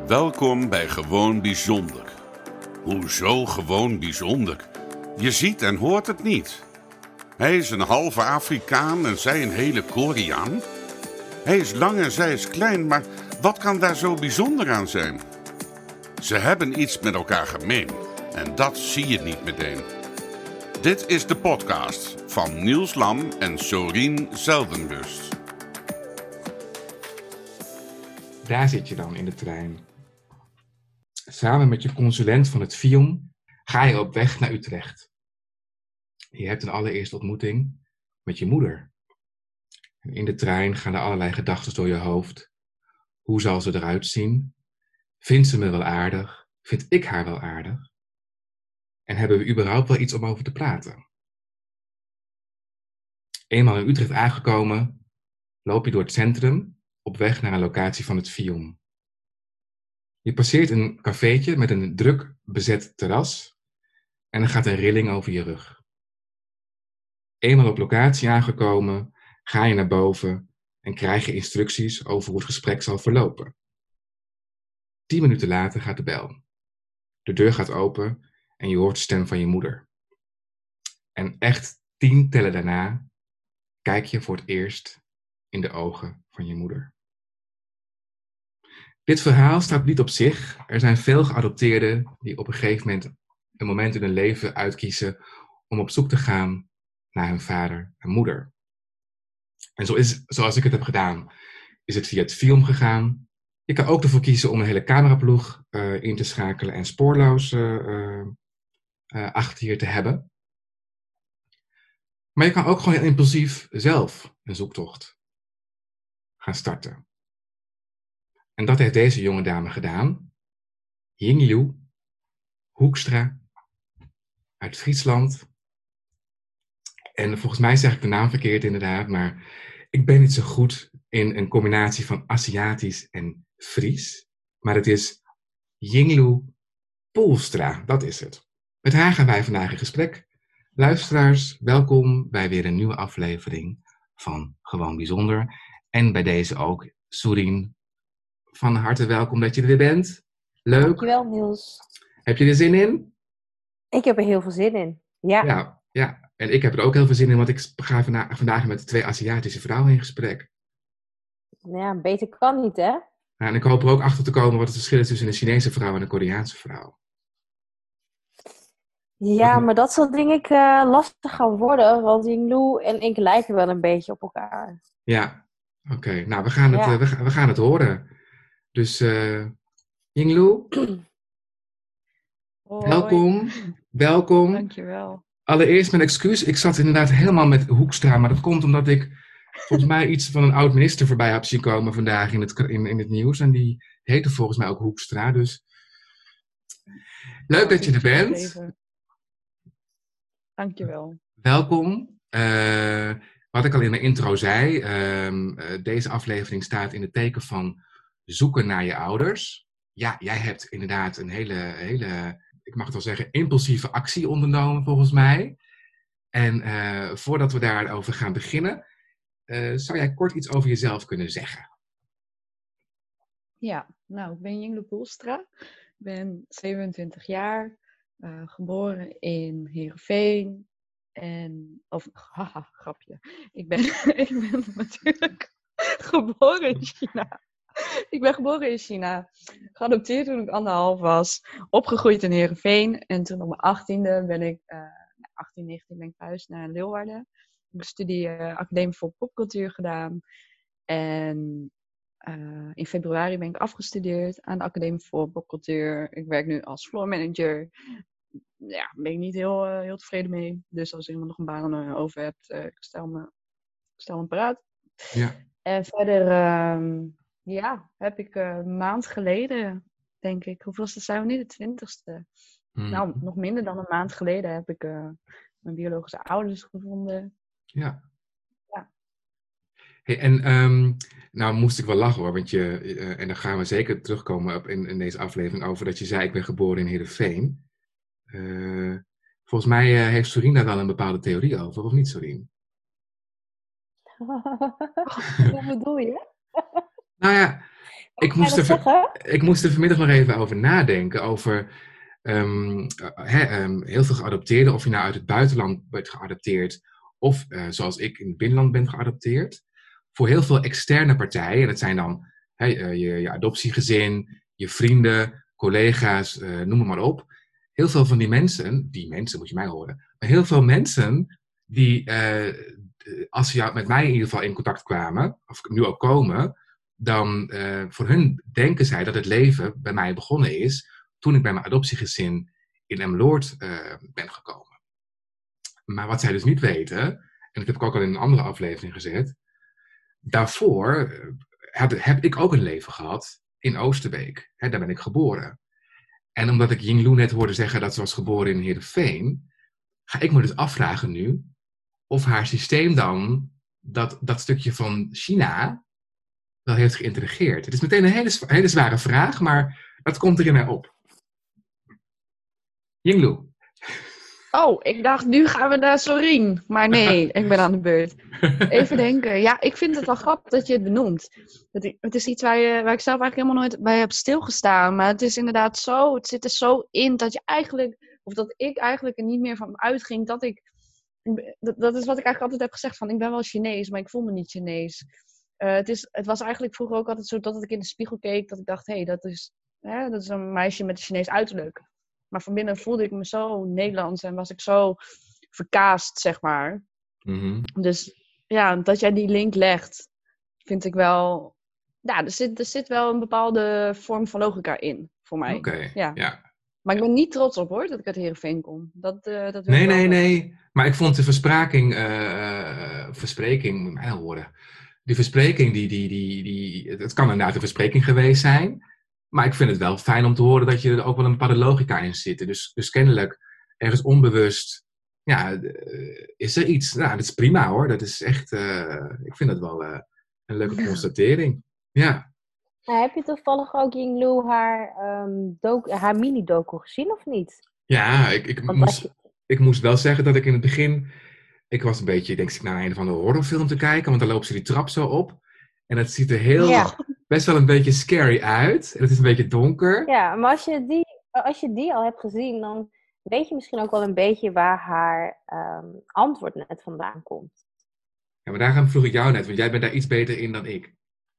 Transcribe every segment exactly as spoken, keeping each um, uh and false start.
Welkom bij Gewoon Bijzonder. Hoezo gewoon bijzonder? Je ziet en hoort het niet. Hij is een halve Afrikaan en zij een hele Koreaan. Hij is lang en zij is klein, maar wat kan daar zo bijzonder aan zijn? Ze hebben iets met elkaar gemeen en dat zie je niet meteen. Dit is de podcast van Niels Lam en Sorien Zeldenrust. Daar zit je dan in de trein. Samen met je consulent van het Fion ga je op weg naar Utrecht. Je hebt een allereerste ontmoeting met je moeder. In de trein gaan er allerlei gedachten door je hoofd. Hoe zal ze eruit zien? Vindt ze me wel aardig? Vind ik haar wel aardig? En hebben we überhaupt wel iets om over te praten? Eenmaal in Utrecht aangekomen, loop je door het centrum op weg naar een locatie van het Fion. Je passeert een cafeetje met een druk bezet terras en er gaat een rilling over je rug. Eenmaal op locatie aangekomen, ga je naar boven en krijg je instructies over hoe het gesprek zal verlopen. Tien minuten later gaat de bel. De deur gaat open en je hoort de stem van je moeder. En echt tien tellen daarna kijk je voor het eerst in de ogen van je moeder. Dit verhaal staat niet op zich. Er zijn veel geadopteerden die op een gegeven moment een moment in hun leven uitkiezen om op zoek te gaan naar hun vader en moeder. En zo is, zoals ik het heb gedaan, is het via het film gegaan. Je kan ook ervoor kiezen om een hele cameraploeg uh, in te schakelen en spoorloos uh, uh, uh, achter je te hebben. Maar je kan ook gewoon heel impulsief zelf een zoektocht gaan starten. En dat heeft deze jonge dame gedaan. Yinglu Hoekstra uit Friesland. En volgens mij zeg ik de naam verkeerd inderdaad, maar ik ben niet zo goed in een combinatie van Aziatisch en Fries. Maar het is Yinglu Poelstra, dat is het. Met haar gaan wij vandaag in gesprek. Luisteraars, welkom bij weer een nieuwe aflevering van Gewoon Bijzonder. En bij deze ook Sorien, van harte welkom dat je er weer bent. Leuk. Dankjewel, Niels. Heb je er zin in? Ik heb er heel veel zin in. Ja. Ja, ja. En ik heb er ook heel veel zin in, want ik ga vana- vandaag met twee Aziatische vrouwen in gesprek. Ja, beter kan niet, hè? Ja, en ik hoop er ook achter te komen wat het verschil is tussen een Chinese vrouw en een Koreaanse vrouw. Ja, maar dat zal denk ik uh, lastig gaan worden, want Yinglu en ik lijken wel een beetje op elkaar. Ja, oké. Okay. Nou, we gaan, het, Ja. uh, we, ga- we gaan het horen. Dus, uh, Yinglu, Hoi. welkom. Welkom. Dankjewel. Allereerst mijn excuus. Ik zat inderdaad helemaal met Hoekstra, maar dat komt omdat ik volgens mij iets van een oud-minister voorbij heb zien komen vandaag in het, in, in het nieuws. En die heette volgens mij ook Hoekstra. Dus leuk Oh, dat je er bent. Even. Dankjewel. Welkom. Uh, wat ik al in de intro zei, uh, uh, deze aflevering staat in het teken van zoeken naar je ouders. Ja, jij hebt inderdaad een hele, hele, ik mag het wel zeggen, impulsieve actie ondernomen volgens mij. En uh, voordat we daarover gaan beginnen, uh, zou jij kort iets over jezelf kunnen zeggen? Ja, nou, ik ben Yinglu Poelstra. Ik ben zevenentwintig jaar, uh, geboren in Heerenveen. En, of, haha, grapje. Ik ben, ik ben natuurlijk geboren in China. Ik ben geboren in China. Geadopteerd toen ik anderhalf was. Opgegroeid in Heerenveen. En toen op mijn achttiende ben ik, uh, achttien, negentien ben ik thuis naar Leeuwarden. Ik heb een studie uh, Academie voor Popcultuur gedaan. En uh, in februari ben ik afgestudeerd aan de Academie voor Popcultuur. Ik werk nu als floor manager. Ja, daar ben ik niet heel, uh, heel tevreden mee. Dus als iemand nog een baan uh, over hebt, uh, ik stel me, ik stel me paraat. Ja. En verder, uh, ja, heb ik uh, een maand geleden, denk ik, hoeveelste zijn we nu? De twintigste. Hmm. Nou, nog minder dan een maand geleden heb ik uh, mijn biologische ouders gevonden. Ja. Ja. Hey, en um, nou moest ik wel lachen hoor, want je, uh, en daar gaan we zeker terugkomen op in, in deze aflevering over dat je zei, ik ben geboren in Heerenveen. Uh, volgens mij uh, heeft Sorien daar wel een bepaalde theorie over, of niet Sorien? Hoe bedoel je? Nou ja, ik, Ga je moest dat er, zeggen? ik moest er vanmiddag nog even over nadenken. Over ehm, hè, ehm, heel veel geadopteerden. Of je nou uit het buitenland bent geadopteerd. Of eh, zoals ik in het binnenland ben geadopteerd. Voor heel veel externe partijen. En dat zijn dan hè, eh, je, je adoptiegezin, je vrienden, collega's, eh, noem het maar op. Heel veel van die mensen, die mensen moet je mij horen. Maar heel veel mensen die, eh, als ze jou, met mij in ieder geval in contact kwamen. Of nu ook komen. Dan uh, voor hun denken zij dat het leven bij mij begonnen is toen ik bij mijn adoptiegezin in Emmeloord uh, ben gekomen. Maar wat zij dus niet weten, en dat heb ik ook al in een andere aflevering gezet, daarvoor uh, heb, heb ik ook een leven gehad in Oosterbeek. Hè, daar ben ik geboren. En omdat ik Yinglu net hoorde zeggen dat ze was geboren in Heerenveen, ga ik me dus afvragen nu of haar systeem dan dat, dat stukje van China wel heeft geïntegreerd. Het is meteen een hele, hele zware vraag, maar dat komt er in mij op. Yinglu. Oh, ik dacht, nu gaan we naar Sorien. Maar nee, ik ben aan de beurt. Even denken. Ja, ik vind het wel grappig dat je het benoemt. Het, het is iets waar, je, waar ik zelf eigenlijk helemaal nooit bij heb stilgestaan. Maar het is inderdaad zo, het zit er zo in dat je eigenlijk, of dat ik eigenlijk er niet meer van uitging dat ik, dat, dat is wat ik eigenlijk altijd heb gezegd van, ik ben wel Chinees, maar ik voel me niet Chinees. Uh, het, is, het was eigenlijk vroeger ook altijd zo dat ik in de spiegel keek, dat ik dacht, hé, hey, dat is, hè, dat is een meisje met een Chinees uiterlijk. Maar van binnen voelde ik me zo Nederlands en was ik zo verkaasd, zeg maar. Mm-hmm. Dus ja, dat jij die link legt, vind ik wel... Ja, er zit, er zit wel een bepaalde vorm van logica in, voor mij. Oké, okay, ja. ja. Maar ik ben niet trots op, hoor, dat ik uit Heerenveen kom. Dat, uh, dat nee, nee, nee. Maar ik vond de verspraking... Uh, verspreking, moet je mij horen. Die verspreking, die, die, die, die... Het kan inderdaad een verspreking geweest zijn. Maar ik vind het wel fijn om te horen dat je er ook wel een bepaalde logica in zit. Dus, dus kennelijk, ergens onbewust... Ja, uh, is er iets. Nou, dat is prima, hoor. Dat is echt... Uh, ik vind dat wel uh, een leuke constatering. Ja. Nou, heb je toevallig ook Yinglu haar, um, docu, haar mini-docu gezien of niet? Ja, ik, ik, moest, je... ik moest wel zeggen dat ik in het begin... Ik was een beetje, denk ik, naar een van de horrorfilm te kijken. Want dan loopt ze die trap zo op. En het ziet er heel... Ja. Best wel een beetje scary uit. En het is een beetje donker. Ja, maar als je die, als je die al hebt gezien... dan weet je misschien ook wel een beetje waar haar um, antwoord net vandaan komt. Ja, maar daarom vroeg ik jou net. Want jij bent daar iets beter in dan ik.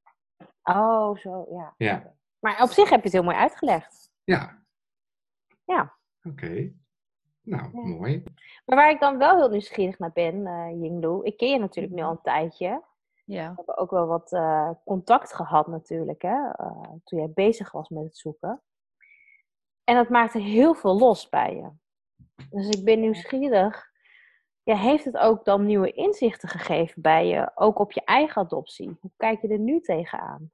Oh, zo, ja. Ja. Maar op zich heb je het heel mooi uitgelegd. Ja. Ja. Oké. Okay. Nou, ja. Mooi. Maar waar ik dan wel heel nieuwsgierig naar ben, uh, Yinglu... Ik ken je natuurlijk nu al een tijdje. Ja. We hebben ook wel wat uh, contact gehad natuurlijk, hè. Uh, toen jij bezig was met het zoeken. En dat maakte heel veel los bij je. Dus ik ben nieuwsgierig... Ja, heeft het ook dan nieuwe inzichten gegeven bij je, ook op je eigen adoptie? Hoe kijk je er nu tegenaan?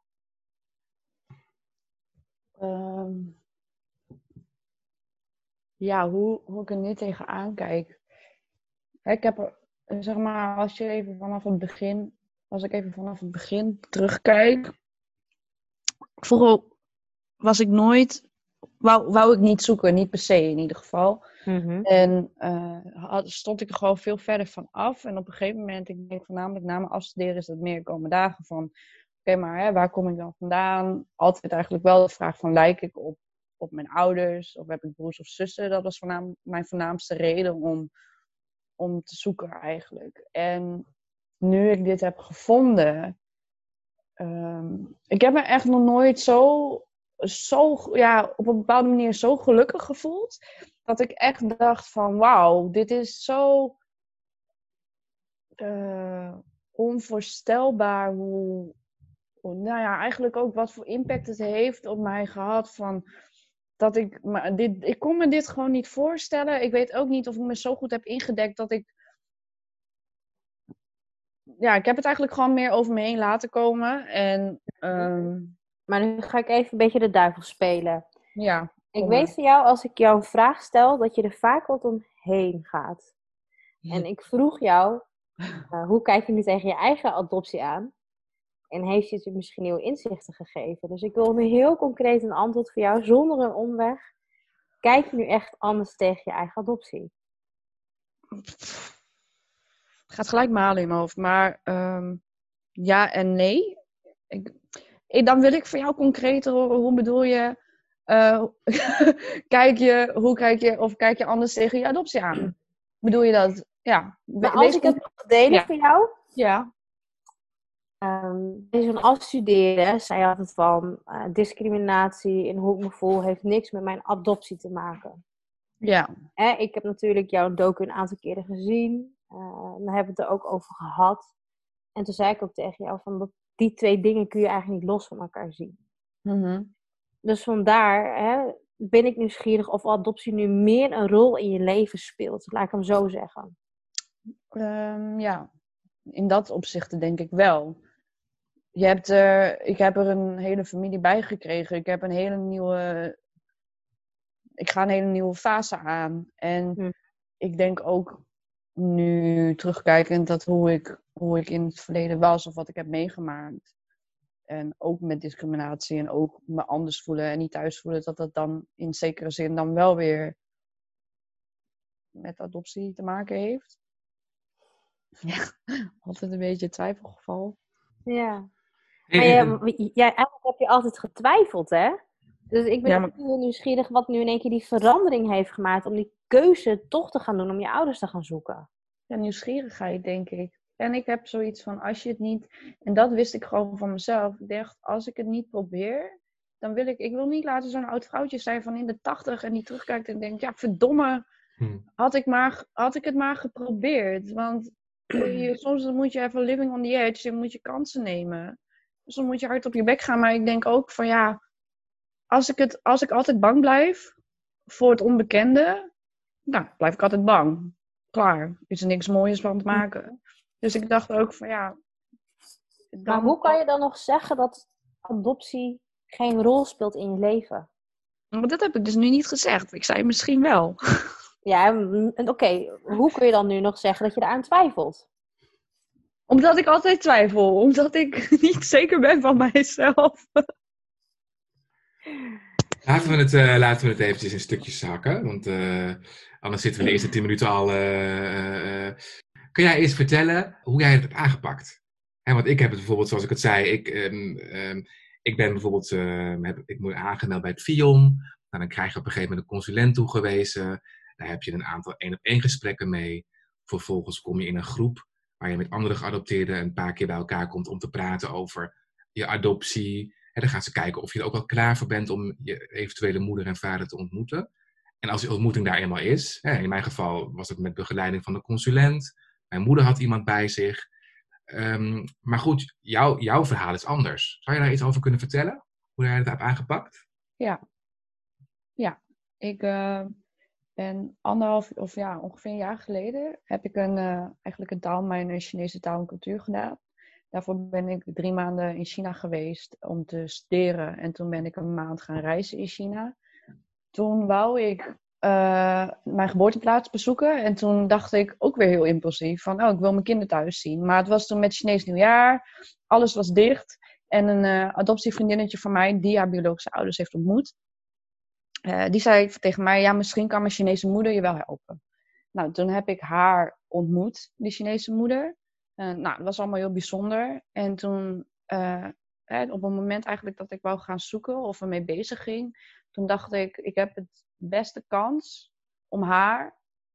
Um, ja, hoe, hoe ik er nu tegenaan kijk. Ik heb er, zeg maar, als je even vanaf het begin, als ik even vanaf het begin terugkijk. Vroeger was ik nooit, wou, wou ik niet zoeken, niet per se in ieder geval. Mm-hmm. En uh, stond ik er gewoon veel verder van af. En op een gegeven moment, ik denk voornamelijk na mijn afstuderen is dat meer komen dagen van... Oké, okay, maar hè, waar kom ik dan vandaan? Altijd eigenlijk wel de vraag van, lijk ik op, op mijn ouders? Of heb ik broers of zussen? Dat was voornaam, mijn voornaamste reden om, om te zoeken eigenlijk. En nu ik dit heb gevonden... Um, ik heb me echt nog nooit zo, zo ja, op een bepaalde manier zo gelukkig gevoeld... Dat ik echt dacht van, wauw, dit is zo uh, onvoorstelbaar hoe, hoe, nou ja, eigenlijk ook wat voor impact het heeft op mij gehad. Van, dat ik, maar dit, ik kon me dit gewoon niet voorstellen. Ik weet ook niet of ik me zo goed heb ingedekt dat ik, ja, ik heb het eigenlijk gewoon meer over me heen laten komen. En, um, maar nu ga ik even een beetje de duivel spelen. Ja. Ik weet van jou, als ik jou een vraag stel, dat je er vaak wat omheen gaat. Ja. En ik vroeg jou, uh, hoe kijk je nu tegen je eigen adoptie aan? En heeft je het misschien nieuwe inzichten gegeven? Dus ik wil nu heel concreet een antwoord voor jou, zonder een omweg. Kijk je nu echt anders tegen je eigen adoptie? Het gaat gelijk malen in mijn hoofd, maar um, ja en nee. Ik, ik, dan wil ik van jou concreter horen. Hoe bedoel je? Uh, kijk je, hoe kijk je, of kijk je anders tegen je adoptie aan? Bedoel je dat? Ja. Maar als ik het mag delen ja. voor jou. Ja. Um, zo'n afstuderen zei altijd van uh, discriminatie en hoe ik me voel heeft niks met mijn adoptie te maken. Ja. Hè, ik heb natuurlijk jouw docu een aantal keren gezien. Uh, daar hebben we het er ook over gehad. En toen zei ik ook tegen jou van dat die twee dingen kun je eigenlijk niet los van elkaar zien. Mm-hmm. Dus vandaar hè, ben ik nieuwsgierig of adoptie nu meer een rol in je leven speelt. Laat ik hem zo zeggen. Um, ja, in dat opzicht denk ik wel. Je hebt er, ik heb er een hele familie bij gekregen. Ik heb een hele nieuwe... Ik ga een hele nieuwe fase aan. En hm. ik denk ook nu terugkijkend dat hoe ik, hoe ik in het verleden was of wat ik heb meegemaakt. En ook met discriminatie en ook me anders voelen en niet thuis voelen. Dat dat dan in zekere zin dan wel weer met adoptie te maken heeft. Ja, altijd een beetje een twijfelgeval. Ja. Maar jij, jij, eigenlijk heb je altijd getwijfeld, hè? Dus ik ben ja, maar... heel nieuwsgierig wat nu in één keer die verandering heeft gemaakt om die keuze toch te gaan doen, om je ouders te gaan zoeken. Ja, nieuwsgierigheid, denk ik. En ik heb zoiets van, als je het niet... En dat wist ik gewoon van mezelf. Ik dacht, als ik het niet probeer, dan wil ik... Ik wil niet laten zo'n oud vrouwtje zijn van in de tachtig en die terugkijkt en denkt, ja, verdomme, hmm. had, ik maar, had ik het maar geprobeerd. Want je, soms moet je even living on the edge, dan moet je kansen nemen. Dus dan moet je hard op je bek gaan. Maar ik denk ook van, ja... Als ik, het, als ik altijd bang blijf voor het onbekende, nou, blijf ik altijd bang. Klaar, is er niks moois van te maken. Dus ik dacht ook van ja... Dan... Maar hoe kan je dan nog zeggen dat adoptie geen rol speelt in je leven? Maar dat heb ik dus nu niet gezegd. Ik zei misschien wel. Ja, oké. Okay. Hoe kun je dan nu nog zeggen dat je eraan twijfelt? Omdat ik altijd twijfel. Omdat ik niet zeker ben van mijzelf. Laten we, het, uh, laten we het eventjes in stukjes hakken, want uh, anders zitten we de eerste tien minuten al... Uh, uh, uh. Kun jij eerst vertellen hoe jij het hebt aangepakt? Hè, want ik heb het bijvoorbeeld, zoals ik het zei, ik, um, um, ik ben bijvoorbeeld uh, heb, ik moet aangemeld bij het Fion. Nou, dan krijg je op een gegeven moment een consulent toegewezen. Daar heb je een aantal één-op-één gesprekken mee. Vervolgens kom je in een groep waar je met andere geadopteerden een paar keer bij elkaar komt om te praten over je adoptie. En dan gaan ze kijken of je er ook wel klaar voor bent om je eventuele moeder en vader te ontmoeten. En als die ontmoeting daar eenmaal is, hè, in mijn geval was het met begeleiding van de consulent. Mijn moeder had iemand bij zich. Um, maar goed, jou, jouw verhaal is anders. Zou je daar iets over kunnen vertellen? Hoe jij het hebt aangepakt? Ja. Ja. Ik uh, ben anderhalf, of ja, ongeveer een jaar geleden heb ik een, uh, eigenlijk een taal, mijn Chinese taal en cultuur gedaan. Daarvoor ben ik drie maanden in China geweest om te studeren. En toen ben ik een maand gaan reizen in China. Toen wou ik uh, mijn geboorteplaats bezoeken. En toen dacht ik ook weer heel impulsief van, oh, ik wil mijn kinderen thuis zien. Maar het was toen met Chinees nieuwjaar. Alles was dicht. En een uh, adoptievriendinnetje van mij, die haar biologische ouders heeft ontmoet. Uh, die zei tegen mij, ja, misschien kan mijn Chinese moeder je wel helpen. Nou, toen heb ik haar ontmoet, die Chinese moeder. Uh, nou, dat was allemaal heel bijzonder. En toen, uh, hè, op het moment eigenlijk dat ik wou gaan zoeken of ermee bezig ging, toen dacht ik, ik heb het beste kans om haar,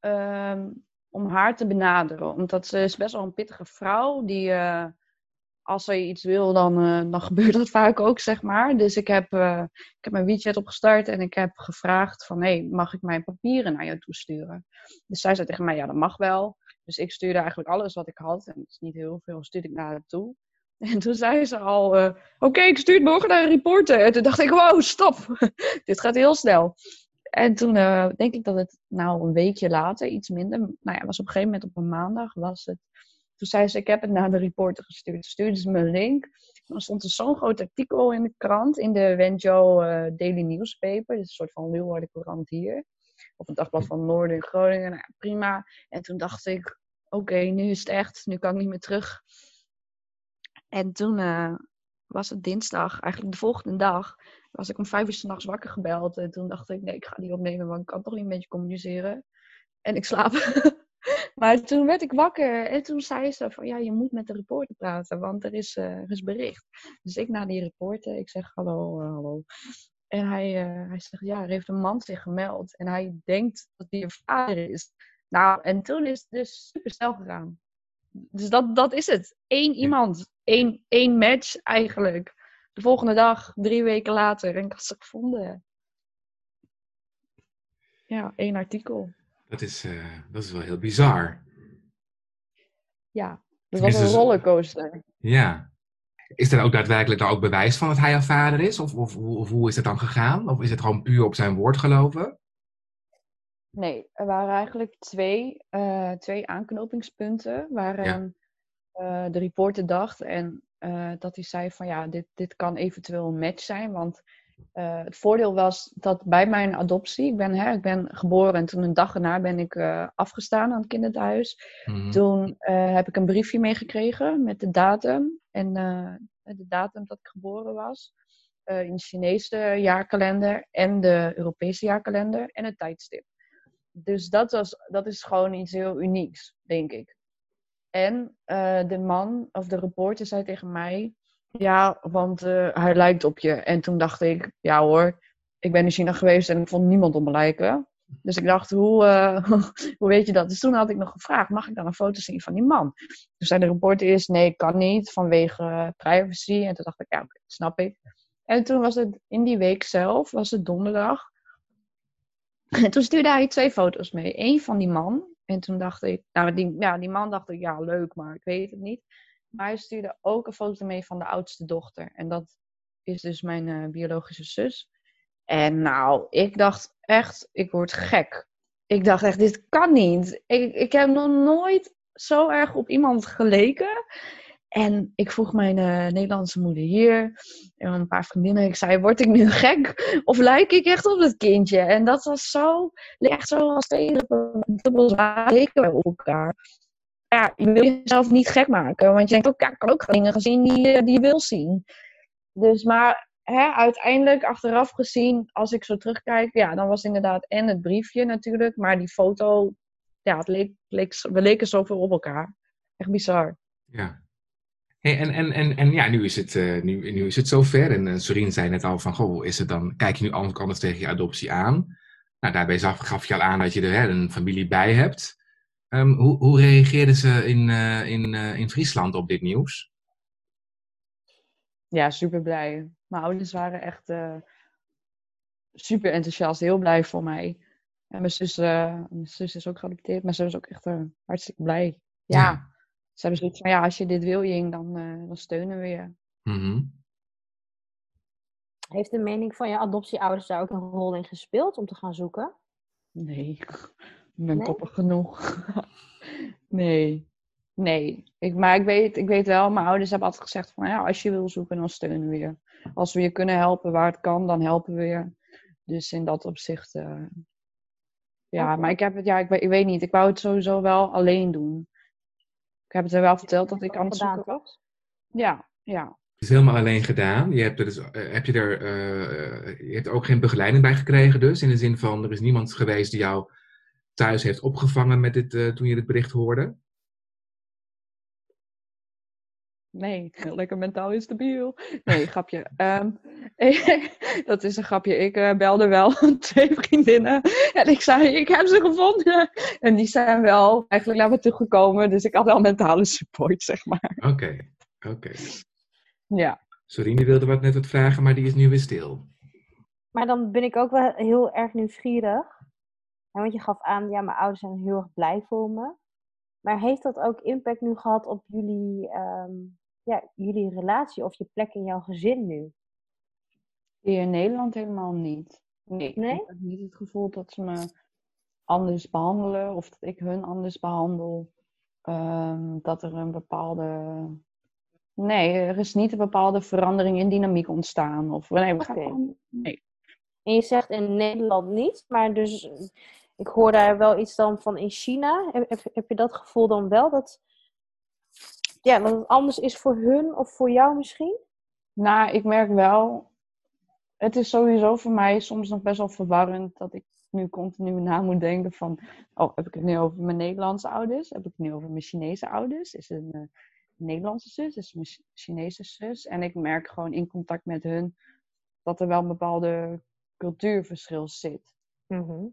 um, om haar te benaderen. Omdat ze is best wel een pittige vrouw. Die, uh, als ze iets wil, dan, uh, dan gebeurt dat vaak ook, zeg maar. Dus ik heb, uh, ik heb mijn WeChat opgestart en ik heb gevraagd van, hey, mag ik mijn papieren naar jou toesturen? Dus zij zei tegen mij, ja, dat mag wel. Dus ik stuurde eigenlijk alles wat ik had. En dat is niet heel veel, stuurde ik naar haar toe. En toen zei ze al, uh, oké, okay, ik stuur het morgen naar een reporter. En toen dacht ik, wow, stop. Dit gaat heel snel. En toen uh, denk ik dat het nou een weekje later, iets minder. Nou ja, was op een gegeven moment op een maandag was het. Toen zei ze, ik heb het naar de reporter gestuurd. Toen stuurde ze me een link. En dan stond er zo'n groot artikel in de krant. In de Wenzhou uh, Daily Newspaper. Dat is een soort van Leeuwarden Courant hier. Op het dagblad van Noorden in Groningen. Nou ja, prima. En toen dacht ik, oké, okay, nu is het echt. Nu kan ik niet meer terug. En toen uh, was het dinsdag, eigenlijk de volgende dag, was ik om vijf uur 's nachts wakker gebeld. En toen dacht ik, nee, ik ga die opnemen, want ik kan toch niet met je communiceren. En ik slaap. Maar toen werd ik wakker en toen zei ze van ja, je moet met de reporter praten, want er is, uh, er is bericht. Dus ik naar die reporter, ik zeg hallo, uh, hallo. En hij, uh, hij zegt ja, er heeft een man zich gemeld en hij denkt dat hij een vader is. Nou, en toen is het dus super snel gegaan. Dus dat, dat is het. Eén iemand, één, één match eigenlijk. De volgende dag, drie weken later, en ik had ze gevonden. Ja, één artikel. Dat is, uh, dat is wel heel bizar. Ja, dat was een rollercoaster. Ja. Is er ook daadwerkelijk daar ook bewijs van dat hij jouw vader is? Of, of, of hoe is het dan gegaan? Of is het gewoon puur op zijn woord geloven? Nee, er waren eigenlijk twee, uh, twee aanknopingspunten waaraan ja. uh, de reporter dacht. En uh, dat hij zei van ja, dit, dit kan eventueel een match zijn. Want uh, het voordeel was dat bij mijn adoptie, ik ben, hè, ik ben geboren en toen een dag erna ben ik uh, afgestaan aan het kinderthuis. Mm-hmm. Toen uh, heb ik een briefje meegekregen met de datum en uh, de datum dat ik geboren was. Uh, in de Chinese jaarkalender en de Europese jaarkalender en het tijdstip. Dus dat, was, dat is gewoon iets heel unieks, denk ik. En uh, de man, of de reporter, zei tegen mij... Ja, want uh, hij lijkt op je. En toen dacht ik, ja hoor, ik ben in China geweest en ik vond niemand op me lijken. Dus ik dacht, hoe, uh, hoe weet je dat? Dus toen had ik nog gevraagd, mag ik dan een foto zien van die man? Toen zei de reporter eerst, nee, kan niet, vanwege privacy. En toen dacht ik, ja, okay, snap ik. En toen was het in die week zelf, was het donderdag... En toen stuurde hij twee foto's mee. Eén van die man. En toen dacht ik... Nou, die, ja, die man dacht ik, ja, leuk, maar ik weet het niet. Maar hij stuurde ook een foto mee van de oudste dochter. En dat is dus mijn uh, biologische zus. En nou, ik dacht echt, ik word gek. Ik dacht echt, dit kan niet. Ik, ik heb nog nooit zo erg op iemand geleken. En ik vroeg mijn uh, Nederlandse moeder hier en een paar vriendinnen. Ik zei, word ik nu gek? Of lijk ik echt op het kindje? En dat was zo, echt zo als twee dubbel zwaar leken wij op elkaar. Ja, je wil jezelf niet gek maken. Want je denkt ook, ja, ik kan ook dingen gaan zien die, die je wil zien. Dus maar hè, uiteindelijk, achteraf gezien, als ik zo terugkijk, ja, dan was het inderdaad en het briefje natuurlijk. Maar die foto, ja, het leek, leek, we leken zoveel op elkaar. Echt bizar. Ja. Hey, en, en, en, en ja, nu is het, uh, nu, nu is het zover. En uh, Sorien zei net al van, goh, is het dan, kijk je nu anders, anders tegen je adoptie aan? Nou, daarbij gaf, gaf je al aan dat je er hè, een familie bij hebt. Um, hoe, hoe reageerden ze in, uh, in, uh, in Friesland op dit nieuws? Ja, super blij. Mijn ouders waren echt uh, super enthousiast, heel blij voor mij. En mijn zus, uh, mijn zus is ook geadopteerd, maar ze was ook echt uh, hartstikke blij. Ja. ja. Ze hebben zoiets van, ja, als je dit wil, Ying, dan, uh, dan steunen we je. Mm-hmm. Heeft de mening van je adoptieouders daar ook een rol in gespeeld om te gaan zoeken? Nee, ik ben nee? koppig genoeg. nee, nee. Ik, maar ik weet, ik weet wel, mijn ouders hebben altijd gezegd van, ja, als je wil zoeken, dan steunen we je. Als we je kunnen helpen waar het kan, dan helpen we je. Dus in dat opzicht, uh, ja, okay. Maar ik heb het, ja, ik, ik weet niet, ik wou het sowieso wel alleen doen. Ik heb het er wel verteld dat ik aan het zoeken was. Ja, ja. Het is helemaal alleen gedaan. Je hebt er, dus, uh, heb je, er, uh, je hebt er ook geen begeleiding bij gekregen dus? In de zin van, er is niemand geweest die jou thuis heeft opgevangen met dit, uh, toen je dit bericht hoorde? Nee, lekker mentaal instabiel. Nee, grapje. Um, dat is een grapje. Ik uh, belde wel twee vriendinnen. En ik zei, ik heb ze gevonden. En die zijn wel eigenlijk naar me toegekomen. Dus ik had wel mentale support, zeg maar. Oké, okay, oké. Okay. Ja. Sorine wilde wat net wat vragen, maar die is nu weer stil. Maar dan ben ik ook wel heel erg nieuwsgierig. Want je gaf aan, ja, mijn ouders zijn heel erg blij voor me. Maar heeft dat ook impact nu gehad op jullie, um, ja, jullie relatie of je plek in jouw gezin nu? Hier in Nederland helemaal niet. Nee, nee? Ik heb niet het gevoel dat ze me anders behandelen of dat ik hun anders behandel. Um, dat er een bepaalde... Nee, er is niet een bepaalde verandering in dynamiek ontstaan. Of... Nee, we gaan... okay. nee. En je zegt in Nederland niet, maar dus... Ik hoor daar wel iets dan van in China. Heb, heb je dat gevoel dan wel? Dat, ja, dat het anders is voor hun of voor jou misschien? Nou, ik merk wel... Het is sowieso voor mij soms nog best wel verwarrend dat ik nu continu na moet denken van... Oh, heb ik het nu over mijn Nederlandse ouders? Heb ik het nu over mijn Chinese ouders? Is het een uh, Nederlandse zus? Is het mijn Chinese zus? En ik merk gewoon in contact met hun... dat er wel een bepaalde cultuurverschil zit. Mhm.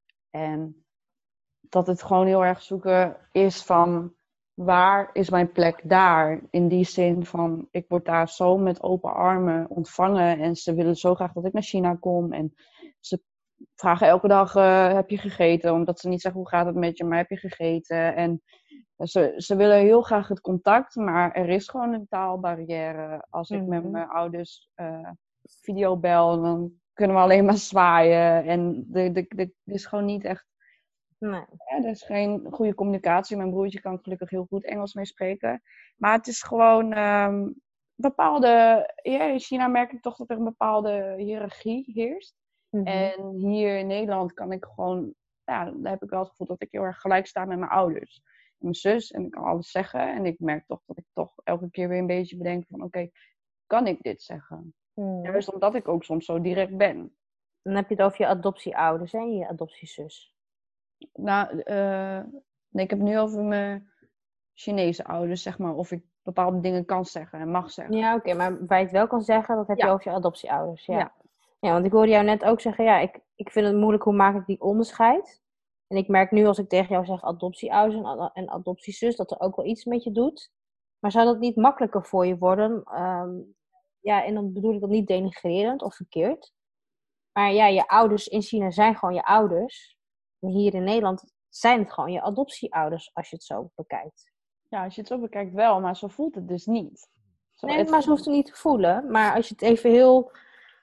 En dat het gewoon heel erg zoeken is van... waar is mijn plek daar? In die zin van, ik word daar zo met open armen ontvangen. En ze willen zo graag dat ik naar China kom. En ze vragen elke dag, uh, heb je gegeten? Omdat ze niet zeggen, hoe gaat het met je? Maar heb je gegeten? En ze, ze willen heel graag het contact. Maar er is gewoon een taalbarrière. Als ik Mhm. met mijn ouders uh, videobel, dan kunnen we alleen maar zwaaien. En er de, de, de, is gewoon niet echt... Nee. Ja, er is geen goede communicatie. Mijn broertje kan gelukkig heel goed Engels mee spreken. Maar het is gewoon um, bepaalde... Ja, in China merk ik toch dat er een bepaalde hiërarchie heerst. Mhm. En hier in Nederland kan ik gewoon... Ja, dan heb ik wel het gevoel dat ik heel erg gelijk sta met mijn ouders. En mijn zus. En ik kan alles zeggen. En ik merk toch dat ik toch elke keer weer een beetje bedenk van... Oké, okay, kan ik dit zeggen? Mhm. Juist omdat ik ook soms zo direct ben. Dan heb je het over je adoptieouders en je adoptiezus. Nou, uh, nee, ik heb het nu over mijn Chinese ouders, zeg maar. Of ik bepaalde dingen kan zeggen en mag zeggen. Ja, oké, okay, maar waar je het wel kan zeggen, dat heb ja. je over je adoptieouders. Ja. Ja. Ja, want ik hoorde jou net ook zeggen, ja, ik, ik vind het moeilijk, hoe maak ik die onderscheid? En ik merk nu als ik tegen jou zeg adoptieouders en, ad- en adoptiezus, dat er ook wel iets met je doet. Maar zou dat niet makkelijker voor je worden? Um, ja, en dan bedoel ik dat niet denigrerend of verkeerd. Maar ja, je ouders in China zijn gewoon je ouders. En hier in Nederland zijn het gewoon je adoptieouders, als je het zo bekijkt. Ja, als je het zo bekijkt wel, maar zo voelt het dus niet. Zo, Nee, het maar ze hoeft het niet te voelen. Maar als je het even heel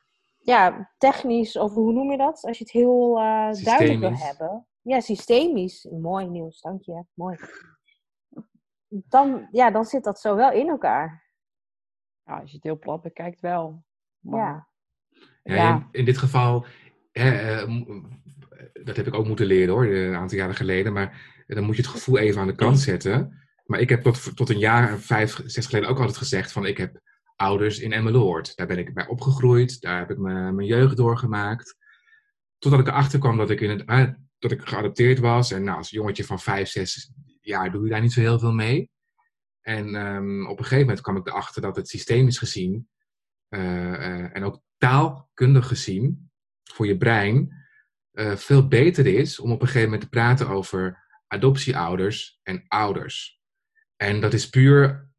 ja, technisch, of hoe noem je dat? Als je het heel uh, duidelijk wil hebben. Ja, systemisch. Mooi, Niels, dank je. Mooi. Dan, ja, dan zit dat zo wel in elkaar. Ja, als je het heel plat bekijkt wel. Maar, ja. Ja, ja. In, in dit geval, hè, uh, dat heb ik ook moeten leren hoor, een aantal jaren geleden. Maar dan moet je het gevoel even aan de kant zetten. Maar ik heb tot, tot een jaar, vijf, zes geleden ook altijd gezegd van ik heb ouders in Emmeloord. Daar ben ik bij opgegroeid, daar heb ik mijn, mijn jeugd doorgemaakt. Totdat ik erachter kwam dat ik, in het, uh, dat ik geadopteerd was. En nou, als jongetje van vijf, zes jaar doe je daar niet zo heel veel mee. En um, op een gegeven moment kwam ik erachter dat het systemisch gezien uh, uh, en ook taalkundig gezien voor je brein uh, veel beter is om op een gegeven moment te praten over adoptieouders en ouders. En dat is puur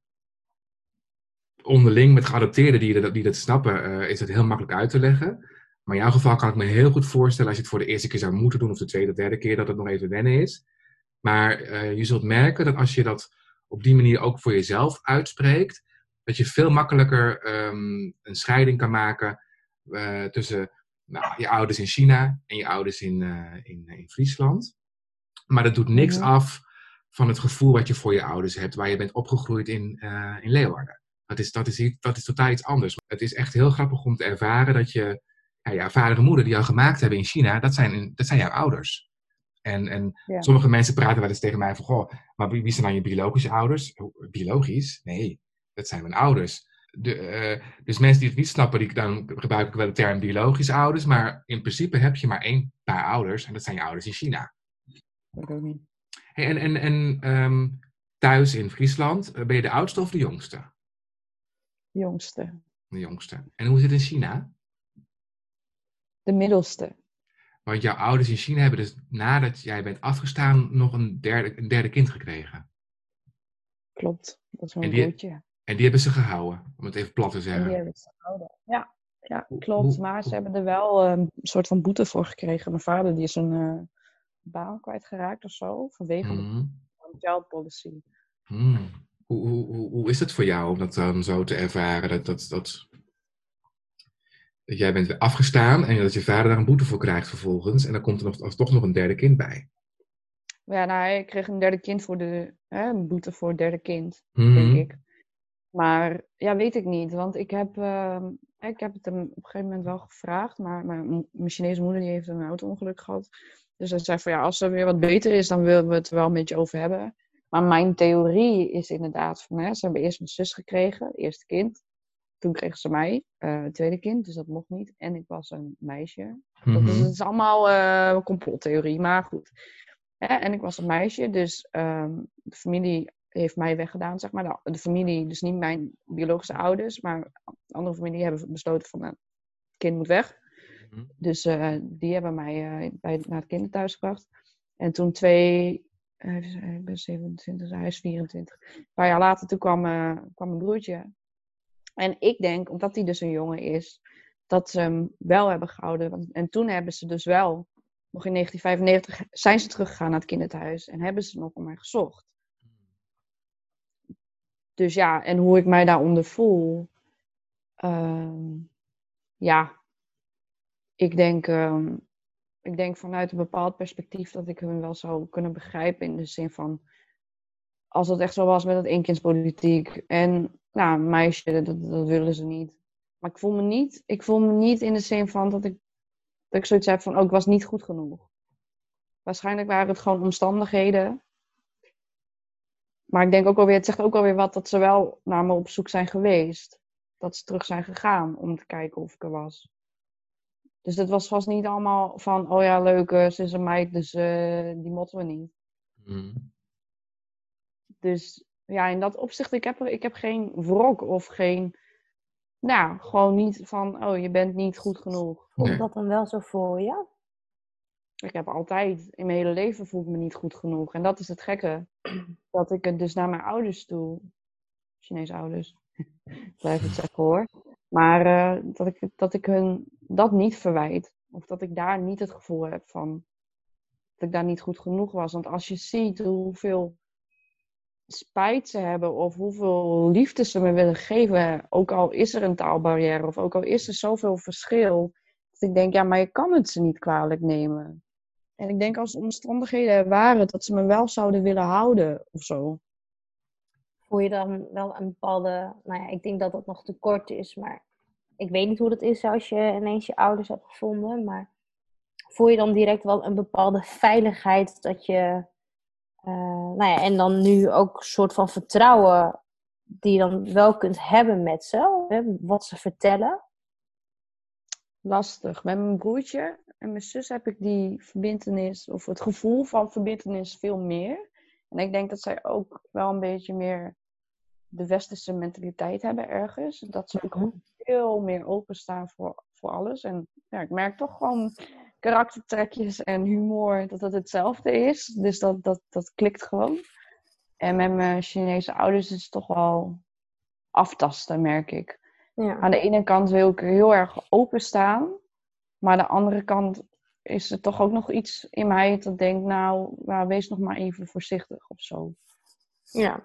onderling met geadopteerden die dat, die dat snappen, uh, is het heel makkelijk uit te leggen. Maar in jouw geval kan ik me heel goed voorstellen als je het voor de eerste keer zou moeten doen of de tweede of derde keer dat het nog even wennen is. Maar uh, je zult merken dat als je dat op die manier ook voor jezelf uitspreekt, dat je veel makkelijker um, een scheiding kan maken uh, tussen nou, je ouders in China en je ouders in, uh, in, in Friesland. Maar dat doet niks mm-hmm. af van het gevoel wat je voor je ouders hebt, waar je bent opgegroeid in, uh, in Leeuwarden. Dat is, dat, is, dat is totaal iets anders. Het is echt heel grappig om te ervaren dat je, ja, je vader en moeder die jou gemaakt hebben in China, dat zijn, dat zijn jouw ouders. En, en ja. sommige mensen praten wel eens tegen mij van, goh, maar wie zijn dan je biologische ouders? Biologisch? Nee, dat zijn mijn ouders. De, uh, dus mensen die het niet snappen, die, dan gebruik ik wel de term biologische ouders, maar in principe heb je maar één paar ouders en dat zijn je ouders in China. Dat ook niet. Hey, en en, en um, thuis in Friesland, ben je de oudste of de jongste? De jongste. De jongste. En hoe zit het in China? De middelste. Want jouw ouders in China hebben dus nadat jij bent afgestaan nog een derde, een derde kind gekregen. Klopt, dat is mijn en die, broertje. En die hebben ze gehouden, om het even plat te zeggen. En die hebben ze gehouden, ja. Ja, klopt. Hoe, maar ze hoe? hebben er wel um, een soort van boete voor gekregen. Mijn vader die is een uh, baan kwijtgeraakt of zo, vanwege mm. de child policy. Mm. Hoe, hoe, hoe, hoe is het voor jou om dat dan zo te ervaren, dat... dat, dat... Dat jij bent weer afgestaan en dat je vader daar een boete voor krijgt vervolgens. En dan komt er nog, toch nog een derde kind bij. Ja, nou, hij kreeg een derde kind voor de... Hè, een boete voor het derde kind, mm-hmm. denk ik. Maar, ja, weet ik niet. Want ik heb, uh, ik heb het hem op een gegeven moment wel gevraagd. Maar mijn, mijn Chinese moeder die heeft een auto-ongeluk gehad. Dus hij zei van, ja, als er weer wat beter is, dan willen we het wel een beetje over hebben. Maar mijn theorie is inderdaad van, hè, ze hebben eerst mijn zus gekregen, het eerste kind. toen kregen ze mij, uh, het tweede kind, dus dat mocht niet. En ik was een meisje. Mm-hmm. Dat is, dat is allemaal uh, complottheorie, maar goed. Hè? En ik was een meisje, dus um, de familie heeft mij weggedaan, zeg maar. De, de familie, dus niet mijn biologische ouders, maar de andere familie hebben besloten van, nou, het kind moet weg. Mm-hmm. Dus uh, die hebben mij uh, bij, naar het kinderthuis gebracht. En toen twee... Uh, ik ben zevenentwintig, hij is vierentwintig. Een paar jaar later, toen kwam, uh, kwam mijn broertje. En ik denk, omdat hij dus een jongen is, dat ze hem wel hebben gehouden. En toen hebben ze dus wel, nog in negentien vijfennegentig, zijn ze teruggegaan naar het kinderthuis. En hebben ze nog om mij gezocht. Dus ja, en hoe ik mij daaronder voel. Um, ja, ik denk, um, ik denk vanuit een bepaald perspectief dat ik hun wel zou kunnen begrijpen. In de zin van, als het echt zo was met het eenkindspolitiek. En nou, een meisje, dat, dat willen ze niet. Maar ik voel me niet, ik voel me niet in de zin van dat ik, dat ik zoiets heb van, oh, ik was niet goed genoeg. Waarschijnlijk waren het gewoon omstandigheden. Maar ik denk ook alweer, het zegt ook alweer wat dat ze wel naar me op zoek zijn geweest. Dat ze terug zijn gegaan om te kijken of ik er was. Dus dat was vast niet allemaal van, oh ja, leuk, ze is een meid, dus uh, die motten we niet. Mm. Dus ja, in dat opzicht, ik heb, ik heb geen wrok of geen, nou, gewoon niet van, oh, je bent niet goed genoeg. Voelt dat dan wel zo voor je? Ik heb altijd, in mijn hele leven voel ik me niet goed genoeg. En dat is het gekke. Dat ik het dus naar mijn ouders toe, Chinese ouders, blijf het zeggen hoor. Maar uh, dat, ik, dat ik hun dat niet verwijt. Of dat ik daar niet het gevoel heb van, dat ik daar niet goed genoeg was. Want als je ziet hoeveel spijt ze hebben of hoeveel liefde ze me willen geven, ook al is er een taalbarrière of ook al is er zoveel verschil, dat ik denk, ja, maar je kan het ze niet kwalijk nemen. En ik denk als de omstandigheden er waren, dat ze me wel zouden willen houden of zo. Voel je dan wel een bepaalde, nou ja, ik denk dat dat nog te kort is, maar ik weet niet hoe dat is als je ineens je ouders hebt gevonden, maar voel je dan direct wel een bepaalde veiligheid dat je, uh, nou ja, en dan nu ook een soort van vertrouwen die je dan wel kunt hebben met ze, hè, wat ze vertellen? Lastig. Met mijn broertje en mijn zus heb ik die verbintenis, of het gevoel van verbintenis veel meer. En ik denk dat zij ook wel een beetje meer de westerse mentaliteit hebben ergens. Dat ze ook mm-hmm. veel meer openstaan voor, voor alles. En ja, ik merk toch gewoon karaktertrekjes en humor dat het hetzelfde is. Dus dat, dat, dat klikt gewoon. En met mijn Chinese ouders is het toch wel aftasten, merk ik. Ja. Aan de ene kant wil ik heel erg openstaan. Maar aan de andere kant is er toch ook nog iets in mij dat denkt, nou, nou, wees nog maar even voorzichtig of zo. Ja.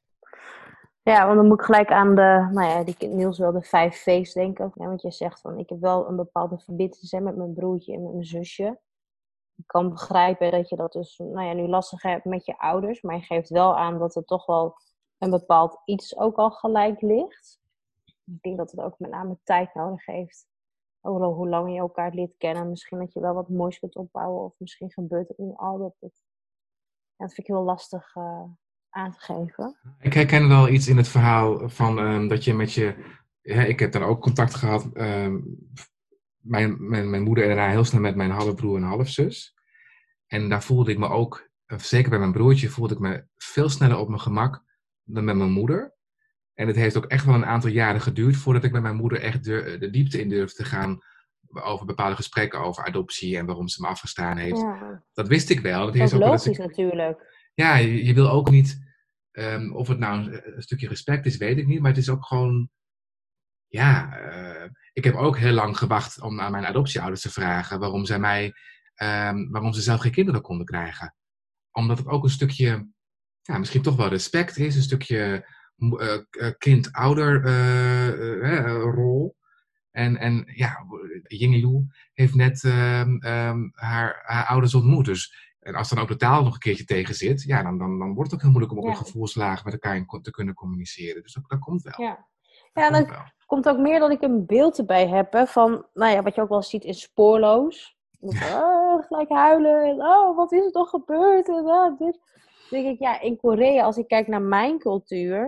Ja, want dan moet ik gelijk aan de, nou ja, die Niels wel de vijf V's denken. Ja, want je zegt van, ik heb wel een bepaalde verbintenis met mijn broertje en met mijn zusje. Ik kan begrijpen dat je dat dus, nou ja, nu lastig hebt met je ouders. Maar je geeft wel aan dat er toch wel een bepaald iets ook al gelijk ligt. Ik denk dat het ook met name tijd nodig heeft. Ook al hoe lang je elkaar leert kennen. Misschien dat je wel wat moois kunt opbouwen. Of misschien gebeurt het nu al. Dat, het... ja, dat vind ik heel lastig uh, aan te geven. Ik herken wel iets in het verhaal van um, dat je met je... Ja, ik heb dan ook contact gehad. Um, mijn, mijn, mijn moeder en daarna heel snel met mijn halfbroer en halfzus. En daar voelde ik me ook, zeker bij mijn broertje, voelde ik me veel sneller op mijn gemak dan met mijn moeder. En het heeft ook echt wel een aantal jaren geduurd voordat ik met mijn moeder echt de, de diepte in durfde te gaan over bepaalde gesprekken over adoptie en waarom ze me afgestaan heeft. Ja. Dat wist ik wel. Dat is ook logisch ik, natuurlijk. Ja, je, je wil ook niet, um, of het nou een, een stukje respect is, weet ik niet, maar het is ook gewoon, ja, uh, ik heb ook heel lang gewacht om aan mijn adoptieouders te vragen waarom zij mij, um, waarom ze zelf geen kinderen konden krijgen. Omdat het ook een stukje, ja, misschien toch wel respect is, een stukje Uh, kind-ouder uh, uh, rol. En, en ja, Yinglu heeft net uh, um, haar, haar ouders ontmoet. Dus, en als dan ook de taal nog een keertje tegen zit, ja, dan, dan, dan wordt het ook heel moeilijk om op ja. een gevoelslaag met elkaar in, te kunnen communiceren. Dus dat, dat komt wel. Ja, dat ja komt dan wel. Komt ook meer dat ik een beeld erbij heb hè, van, nou ja, wat je ook wel ziet in Spoorloos. Ja. Oh, gelijk huilen. En, oh, wat is er toch gebeurd? En, oh, dit. Dan denk ik, ja, in Korea, als ik kijk naar mijn cultuur,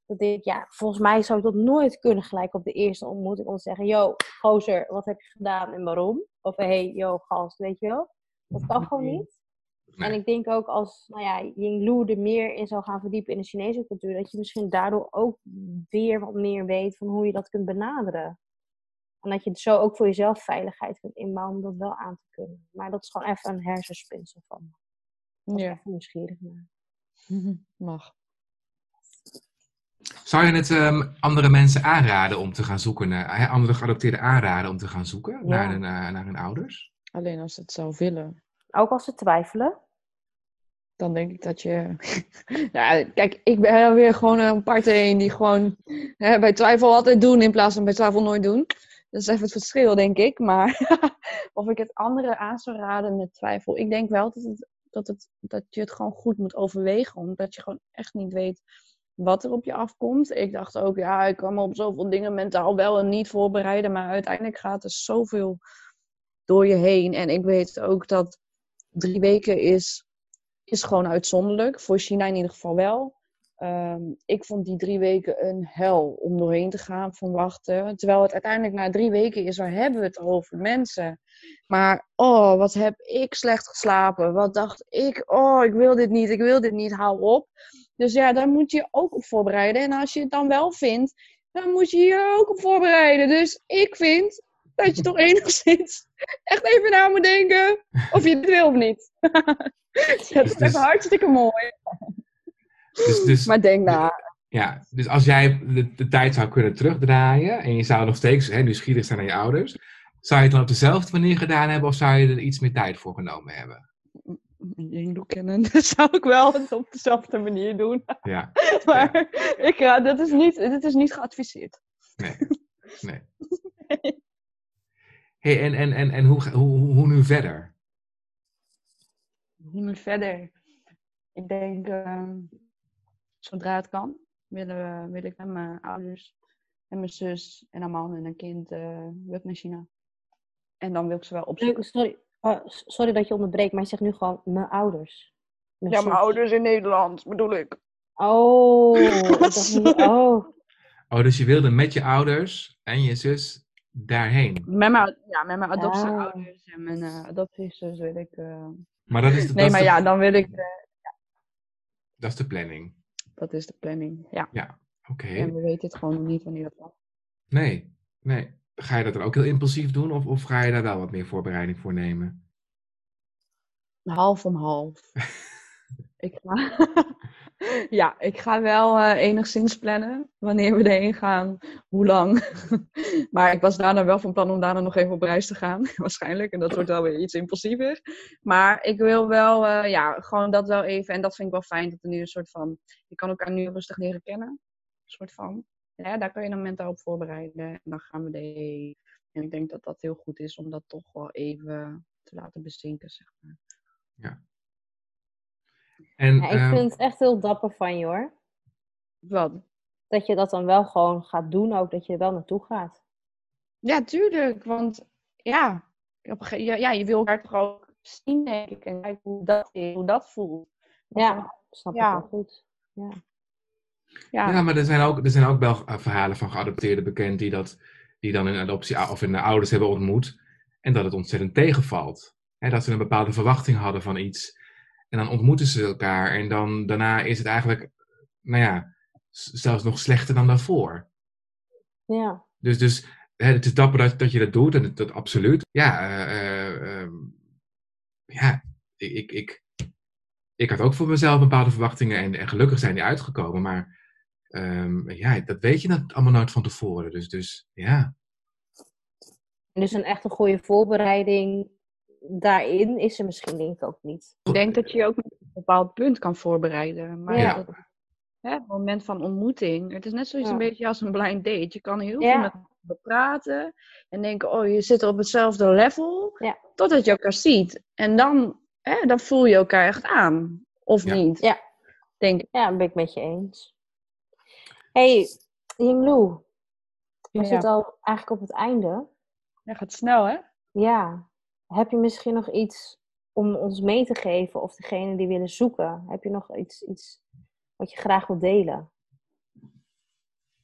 Dat denk ik, ja, volgens mij zou ik dat nooit kunnen gelijk op de eerste ontmoeting. Om te zeggen, yo, gozer, wat heb je gedaan en waarom? Of hey, yo, gast, weet je wel. Dat kan gewoon niet. Nee. En ik denk ook als, nou ja, Yinglu er meer in zou gaan verdiepen in de Chinese cultuur, dat je misschien daardoor ook weer wat meer weet van hoe je dat kunt benaderen. En dat je zo ook voor jezelf veiligheid kunt inbouwen om dat wel aan te kunnen. Maar dat is gewoon even een hersenspinsel van me. Ik was Ja. even nieuwsgierig naar. Mag. Zou je het um, andere mensen aanraden om te gaan zoeken, naar, hè, andere geadopteerden aanraden om te gaan zoeken Ja. naar, hun, uh, naar hun ouders? Alleen als ze het zou willen. Ook als ze twijfelen. Dan denk ik dat je... ja, kijk, ik ben weer gewoon een partij die gewoon hè, bij twijfel altijd doen in plaats van bij twijfel nooit doen. Dat is even het verschil, denk ik. Maar of ik het anderen aan zou raden met twijfel. Ik denk wel dat, het, dat, het, dat je het gewoon goed moet overwegen. Omdat je gewoon echt niet weet wat er op je afkomt. Ik dacht ook, ja, ik kan me op zoveel dingen mentaal wel en niet voorbereiden. Maar uiteindelijk gaat er zoveel door je heen. En ik weet ook dat drie weken is... is gewoon uitzonderlijk. Voor China in ieder geval wel. Um, ik vond die drie weken een hel om doorheen te gaan van wachten. Terwijl het uiteindelijk na drie weken is, waar hebben we het over? Mensen. Maar, oh, wat heb ik slecht geslapen. Wat dacht ik, oh, ik wil dit niet, ik wil dit niet, hou op. Dus ja, daar moet je je ook op voorbereiden. En als je het dan wel vindt, dan moet je je er ook op voorbereiden. Dus ik vind dat je toch enigszins echt even na moet denken of je dit wil of niet. Dat is Dus- dus- even hartstikke mooi. Dus, dus, Maar denk na. ja, dus als jij de, de tijd zou kunnen terugdraaien en je zou nog steeds hè, nieuwsgierig zijn naar je ouders, zou je het dan op dezelfde manier gedaan hebben of zou je er iets meer tijd voor genomen hebben? Yinglu kennen, dat zou ik wel het op dezelfde manier doen. Ja, Maar ik, ja, dat is niet, dit is niet geadviseerd. nee. nee. Hey, en en, en, en hoe, hoe, hoe nu verder? Hoe nu verder? Ik denk, uh, zodra het kan, willen we, wil ik met mijn ouders en mijn zus en een man en een kind uh, wil ik naar China. En dan wil ik ze wel opzoeken. Sorry, oh, sorry dat je onderbreekt, maar je zegt nu gewoon mijn ouders. Mijn Ja, zus. mijn ouders in Nederland, bedoel ik. Oh, ik dacht niet, oh. Oh, dus je wilde met je ouders en je zus daarheen. Met mijn, ja, met mijn Ah. adoptieouders en mijn uh, adoptiezus wil ik... Uh... Maar dat is, de, Nee, dat, maar is de, ja, dan wil ik... Uh... dat is de planning. Dat is de planning, ja. Ja, oké. En we weten het gewoon nog niet wanneer dat kan. Nee, nee. Ga je dat dan ook heel impulsief doen of, of ga je daar wel wat meer voorbereiding voor nemen? Half om half. ik ga... ja, ik ga wel uh, enigszins plannen wanneer we erheen gaan, hoe lang. Maar ik was daarna wel van plan om daarna nog even op reis te gaan, waarschijnlijk. En dat wordt wel weer iets impulsiever. Maar ik wil wel, uh, ja, gewoon dat wel even. En dat vind ik wel fijn, dat er nu een soort van... Je kan elkaar nu rustig leren kennen. Een soort van. Ja, daar kan je dan mentaal op voorbereiden. En dan gaan we erheen. En ik denk dat dat heel goed is om dat toch wel even te laten bezinken, zeg maar. Ja. En, Ja, ik uh, vind het echt heel dapper van je hoor. Wat? Dat je dat dan wel gewoon gaat doen, ook dat je er wel naartoe gaat. Ja, tuurlijk. Want ja, op een ge- ja, ja, je wil elkaar toch ook zien, denk ik. En kijken hoe dat is, hoe dat voelt. Want, Ja, snap ik ja. wel goed. Ja. Ja. ja, maar er zijn ook, er zijn ook wel verhalen van geadopteerden bekend die, dat, die dan een adoptie of hun ouders hebben ontmoet. En dat het ontzettend tegenvalt. He, dat ze een bepaalde verwachting hadden van iets. En dan ontmoeten ze elkaar. En dan daarna is het eigenlijk, nou ja, zelfs nog slechter dan daarvoor. Ja. Dus, dus hè, het is dapper dat, dat je dat doet. En dat, dat absoluut. Ja, uh, uh, uh, ja ik, ik, ik, ik had ook voor mezelf bepaalde verwachtingen. En, en gelukkig zijn die uitgekomen. Maar um, ja, dat weet je dat allemaal nooit van tevoren. Dus, dus ja. En dus een echt een goede voorbereiding daarin is er misschien denk ik ook niet. Ik denk dat je je ook met een bepaald punt kan voorbereiden. Maar Ja. dat, hè, het moment van ontmoeting, het is net zoiets Ja. een beetje als een blind date. Je kan heel Ja. veel met elkaar praten en denken, oh, je zit op hetzelfde level, Ja. totdat je elkaar ziet. En dan, hè, dan voel je elkaar echt aan. Of Ja. niet. Ja. Denk ik. Ja, dat ben ik met je eens. Hey, Yinglu, we Ja. zitten al eigenlijk op het einde. Ja, gaat snel, hè? Ja. Heb je misschien nog iets om ons mee te geven of degene die willen zoeken? Heb je nog iets, iets wat je graag wilt delen?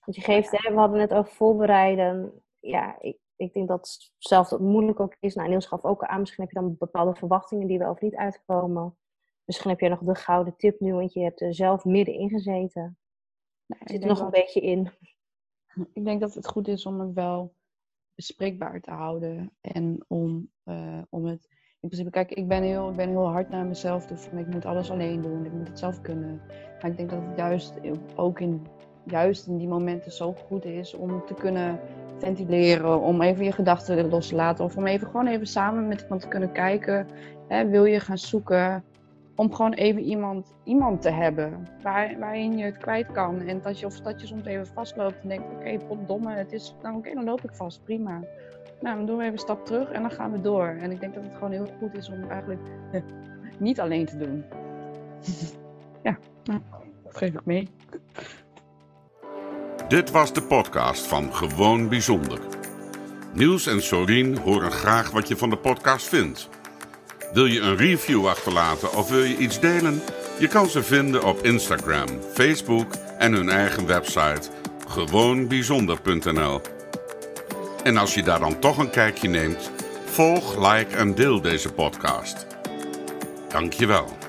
Want je geeft, hè, we hadden het over voorbereiden. Ja, ik, ik denk dat zelf dat moeilijk ook is. Nou, Niels gaf ook aan, misschien heb je dan bepaalde verwachtingen die wel of niet uitkomen. Misschien heb je nog de gouden tip nu, want je hebt er zelf middenin gezeten. Nee, Het zit er nog dat, een beetje in. Ik denk dat het goed is om het wel bespreekbaar te houden. En om, uh, om het... In principe, kijk, ik ben, heel, ik ben heel hard naar mezelf toe. Van, ik moet alles alleen doen, ik moet het zelf kunnen. Maar ik denk dat het juist ook in, juist in die momenten zo goed is om te kunnen ventileren. Om even je gedachten los te laten. Of om even gewoon even samen met iemand te kunnen kijken. Hè, wil je gaan zoeken... Om gewoon even iemand, iemand te hebben waar, waarin je het kwijt kan. En dat je, of dat je soms even vastloopt en denkt, oké, okay, potdomme, het is, nou oké, okay, dan loop ik vast, prima. Nou, dan doen we even een stap terug en dan gaan we door. En ik denk dat het gewoon heel goed is om eigenlijk eh, niet alleen te doen. Ja, nou, dat geef ik mee. Dit was de podcast van Gewoon Bijzonder. Niels en Sorien horen graag wat je van de podcast vindt. Wil je een review achterlaten of wil je iets delen? Je kan ze vinden op Instagram, Facebook en hun eigen website gewoon bijzonder punt n l. En als je daar dan toch een kijkje neemt, volg, like en deel deze podcast. Dank je wel.